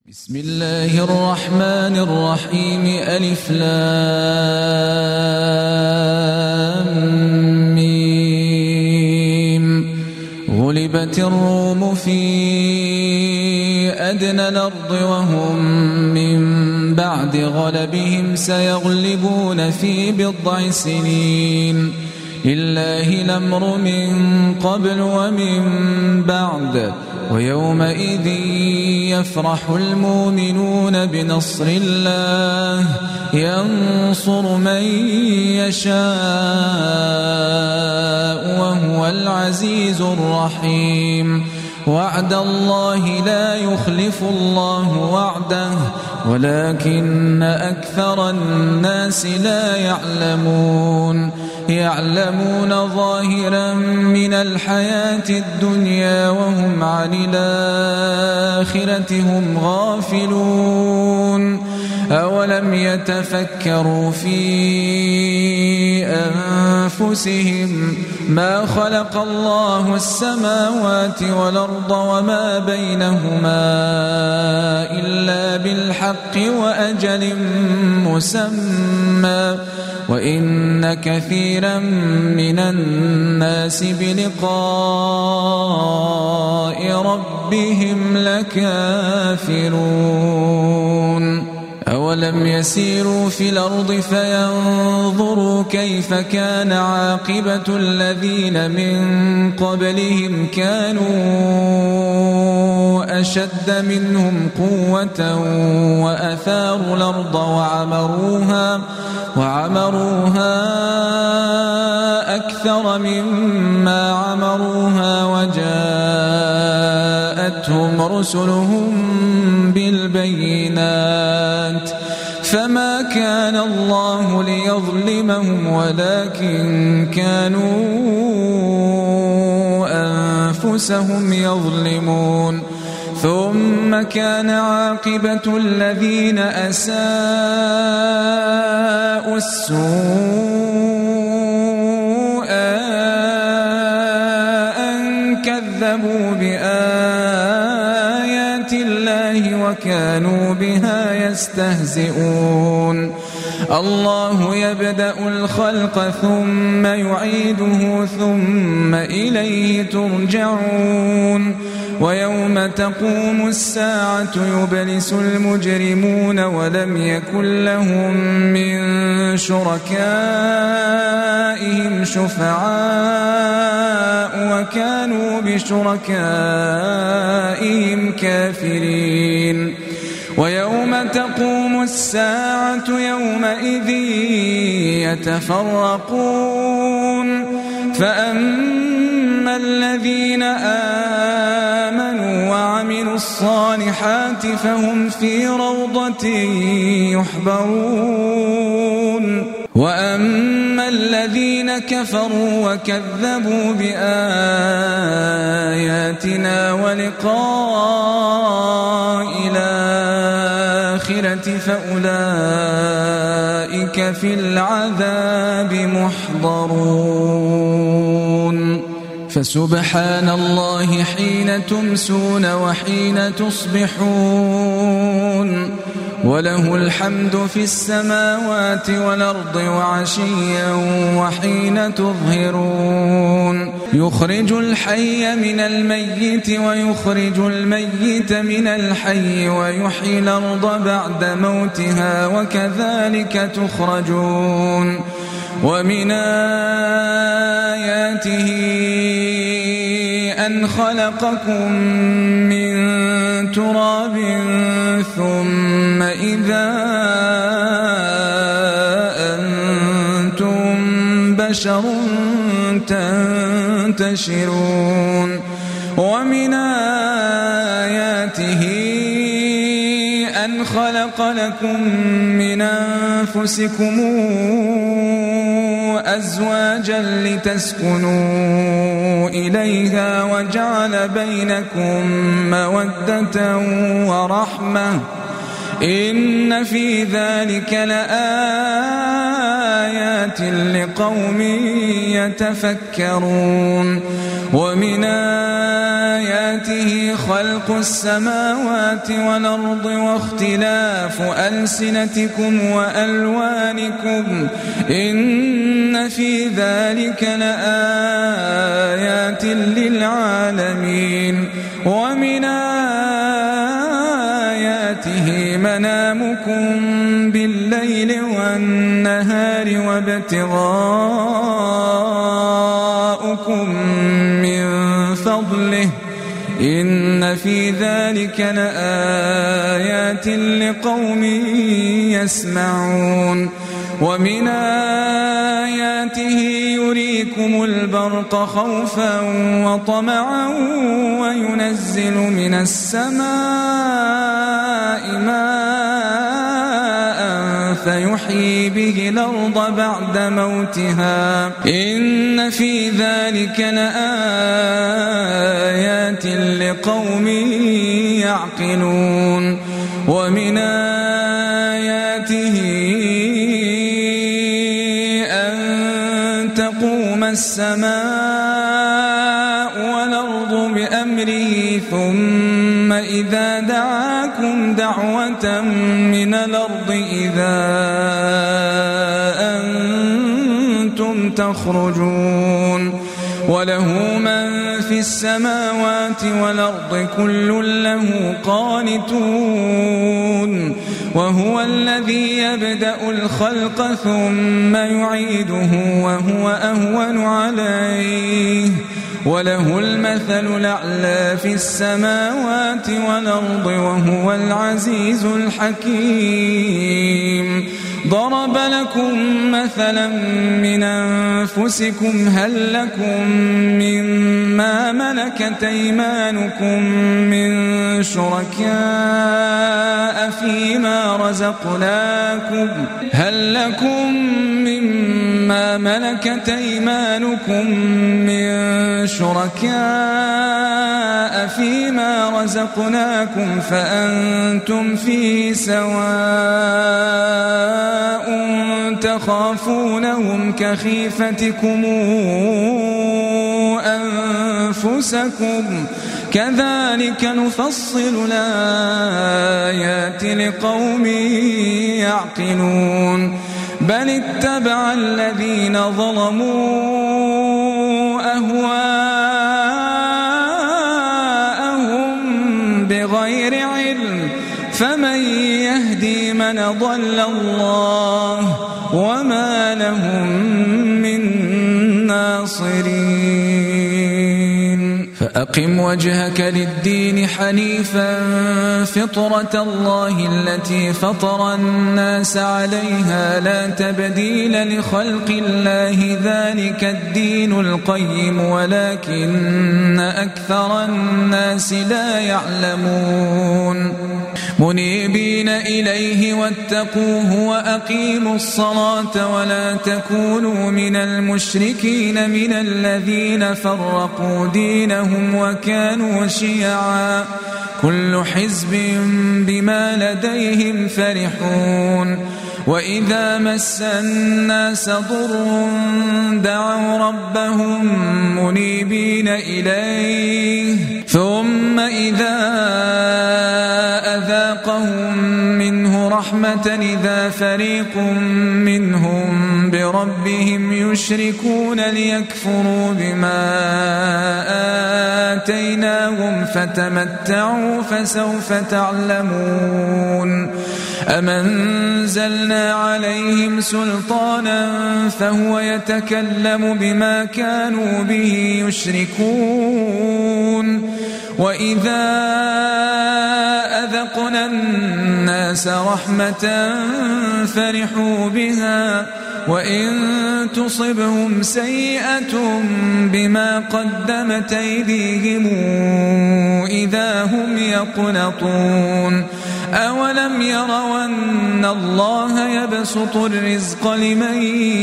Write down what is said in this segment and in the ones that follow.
بسم الله الرحمن الرحيم ألف لام ميم غلبت الروم في أدنى الأرض وهم من بعد غلبهم سيغلبون في بضع سنين لله الأمر من قبل ومن بعد ويومئذ يفرح المؤمنون بنصر الله ينصر من يشاء وهو العزيز الرحيم وعد الله لا يخلف الله وعده ولكن أكثر الناس لا يعلمون ظاهرا من الحياة الدنيا وهم عن الآخرة هم غافلون أولم يتفكروا في أنفسهم ما خلق الله السماوات والأرض وما بينهما إلا بالحق وأجل مسمى وإن كثيرا من الناس بلقاء ربهم لكافرون أولم يسيروا في الأرض فينظروا كيف كان عاقبة الذين من قبلهم كانوا أشد منهم قوة وأثاروا الأرض وعمروها أكثر مما عمروها وجاءتهم رسلهم بالبينات فما كان الله ليظلمهم ولكن كانوا أنفسهم يظلمون ثم كان عاقبة الذين أساءوا السوء أن كذبوا بآيات الله وكانوا بها يستهزئون الله يبدأ الخلق ثم يعيده ثم إليه ترجعون ويوم تقوم الساعة يبلس المجرمون ولم يكن لهم من شركائهم شفعاء وكانوا بشركائهم كافرين ويوم تقوم الساعة يومئذ يتفرقون فأما الذين آمنوا وعملوا الصالحات فهم في روضة يحبرون وأما الذين كفروا وكذبوا بآياتنا ولقاء الآخرة فأولئك في العذاب محضرون فسبحان الله حين تمسون وحين تصبحون وله الحمد في السماوات والأرض وعشيا وحين تظهرون يخرج الحي من الميت ويخرج الميت من الحي ويحيي الأرض بعد موتها وكذلك تخرجون ومن آياته أن خلقكم من تراب ثم إذا أنتم بشر تنتشرون ومن آياته أن خلق لكم من أنفسكم أزواجا لتسكنوا إليها وجعل بينكم مودة ورحمة إن في ذلك لآيات لقوم يتفكرون ومن آياته خلق السماوات والأرض واختلاف ألسنتكم وألوانكم إن في ذلك لآيات للعالمين ومن آياته منامكم بالليل والنهار وابتغاؤكم من فضله إن في ذلك لآيات لقوم يسمعون ومن آياته يريكم البرق خوفا وطمعا وينزل من السماء ماء فيحيي به الأرض بعد موتها إن في ذلك لآيات لقوم يعقلون ومن آياته تقوم السماء والأرض بأمره ثم إذا دعاكم دعوة من الأرض إذا أنتم تخرجون وله من في السماوات والأرض كل له قانتون وهو الذي يبدأ الخلق ثم يعيده وهو أهون عليه وله المثل الأعلى في السماوات والأرض وهو العزيز الحكيم ضرب لكم مثلا من أنفسكم هل لكم مما ملكت أيمانكم من شركاء فيما رزقناكم هل لكم مما ملكت أيمانكم من شركاء فيما رزقناكم فأنتم فيه سواء تخافونهم كخيفتكم أنفسكم كذلك نفصل الآيات لقوم يعقلون بل اتبع الذين ظلموا أهواءهم بغير علم فمن يهدي من ضل الله وما لهم من ناصرين فأقم وجهك للدين حنيفا فطرة الله التي فطر الناس عليها لا تبديل لخلق الله ذلك الدين القيم ولكن أكثر الناس لا يعلمون منيبين إليه واتقوه وأقيموا الصلاة ولا تكونوا من المشركين من الذين فرقوا دينهم وكانوا شيعا كل حزب بما لديهم فرحون وإذا مس الناس ضر دعوا ربهم منيبين إليه ثم إذا أذاقهم منه رحمة إذا فريق منهم بربهم يشركون ليكفروا بما آتيناهم فتمتعوا فسوف تعلمون أمنزلنا عليهم سلطانا فهو يتكلم بما كانوا به يشركون وإذا أذقنا الناس رحمة فرحوا بها وإن تصبهم سيئة بما قدمت أيديهم إذا هم يقنطون أولم يروا أن الله يبسط الرزق لمن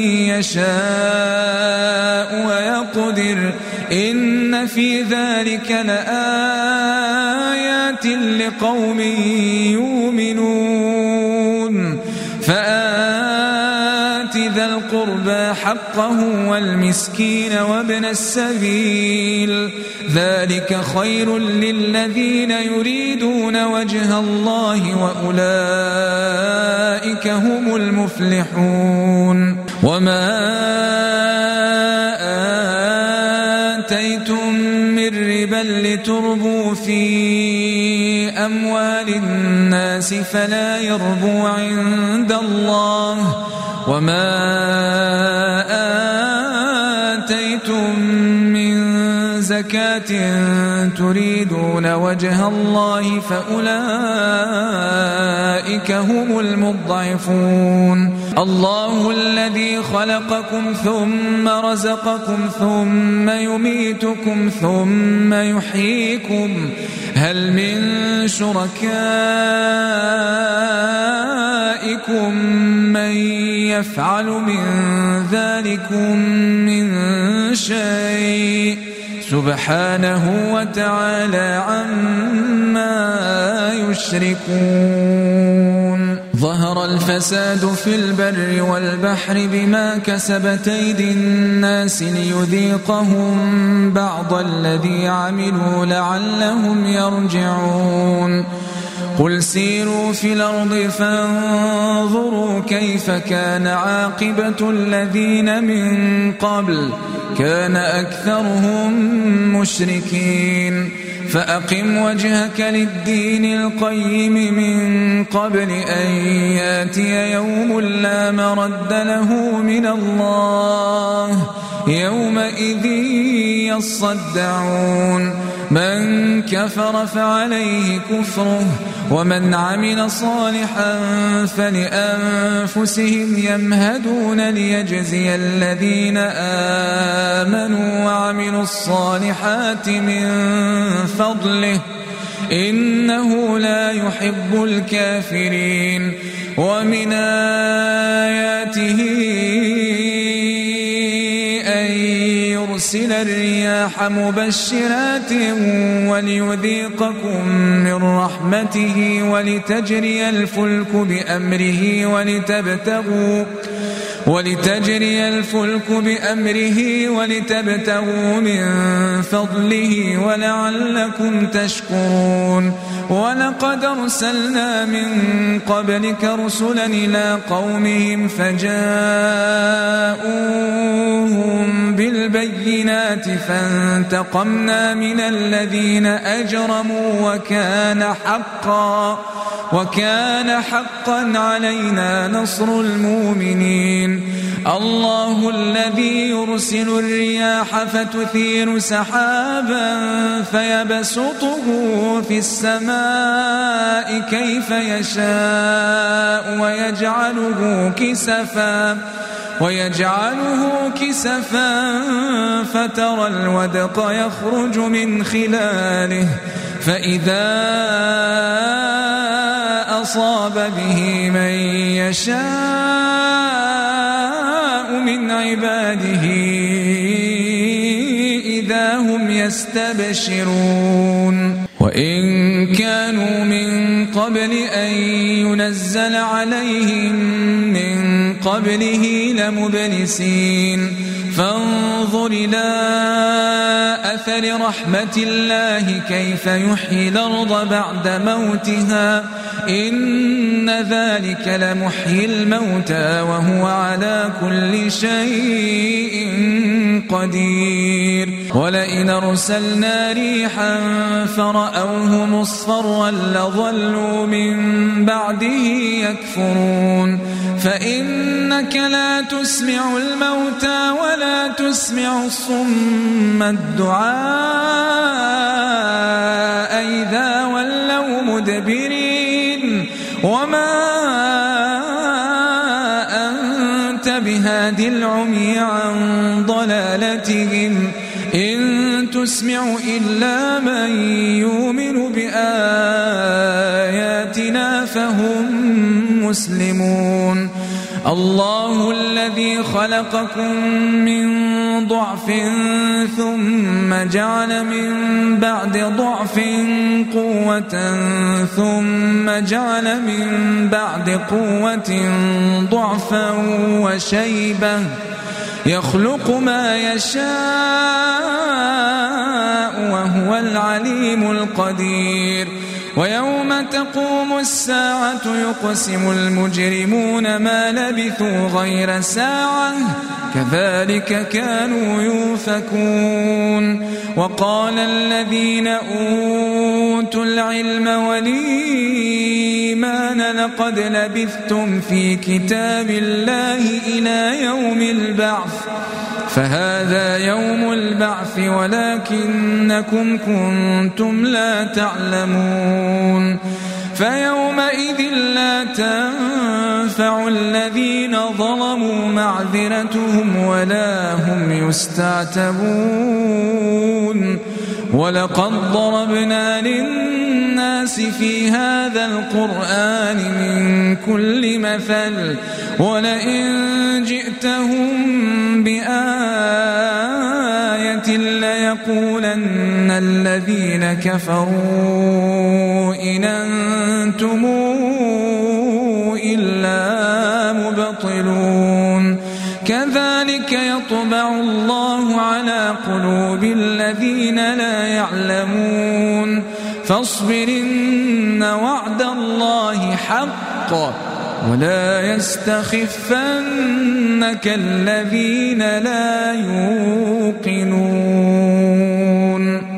يشاء ويقدر إن في ذلك لآيات لقوم يؤمنون فآت ذا القربى حقه والمسكين وابن السبيل ذلك خير للذين يريدون وجه الله وأولئك هم المفلحون وما آتيتم من ربا لتربوا في أموال الناس فلا يربو عند الله وما آتيتم من زكاة تريدون وجه الله فأولئك هم المضعفون الله الذي خلقكم ثم رزقكم ثم يميتكم ثم يحييكم هل من شركائكم من يفعل من ذلكم من شيء سبحانه وتعالى عما يشركون ظهر الفساد في البر والبحر بما كسبت أيدي الناس ليذيقهم بعض الذي عملوا لعلهم يرجعون قل سيروا في الأرض فانظروا كيف كان عاقبة الذين من قبل كان أكثرهم مشركين فأقم وجهك للدين القيم من قبل أن يأتي يوم لا مرد له من الله يومئذ يصدعون من كفر فعليه كفره ومن عمل صالحا فلأنفسهم يمهدون ليجزي الذين آمنوا وعملوا الصالحات من فضله إنه لا يحب الكافرين ومن آياته أن يرسل الرياح مبشرات وليذيقكم من رحمته ولتجري الفلك بأمره ولتبتغوا من فضله ولعلكم تشكرون ولقد أرسلنا من قبلك رسلا إلى قومهم فجاءوهم بالبينات فانتقمنا من الذين أجرموا وكان حقا علينا نصر المؤمنين الله الذي يرسل الرياح فتثير سحابا فيبسطه في السماء كيف يشاء ويجعله كسفا فترى الودق يخرج من خلاله فإذا أصاب به من يشاء من عباده إذا هم يستبشرون وإن كانوا من قبل أن ينزل عليهم من قبله لمبلسين فانظر إلى أثر رحمة الله كيف يحيي الأرض بعد موتها إن ذلك لمحيي الموتى وهو على كل شيء قدير ولئن أرسلنا ريحا فرأوه مصفرا لظلوا من بعده يكفرون فإنك لا تسمع الموتى ولا تسمع الصم الدعاء إذا ولوا مدبرين وما أنت بهادي العمي عن ضلالتهم إن تسمع إلا من يؤمن بآياتنا فهم مسلمون الله الذي خلقكم من ضعف ثم جعل من بعد ضعف قوة ثم جعل من بعد قوة ضعفا وشيبة يخلق ما يشاء وهو العليم القدير ويوم تقوم الساعة يقسم المجرمون ما لبثوا غير ساعة كذلك كانوا يؤفكون وقال الذين أوتوا العلم والإيمان لقد لبثتم في كتاب الله إلى يوم البعث فهذا يوم البعث ولكنكم كنتم لا تعلمون فيومئذ لا تنفع الذين ظلموا معذرتهم ولا هم يستعتبون ولقد ضربنا للناس في هذا القرآن من كل مثل ولئن جئتهم بآية ليقولن الذين كفروا إن أنتم إلا مبطلون كذلك يطبع الله على قلوب الذين لا يعلمون فاصبر إن وعد الله حق ولا يستخفنك الذين لا يوقنون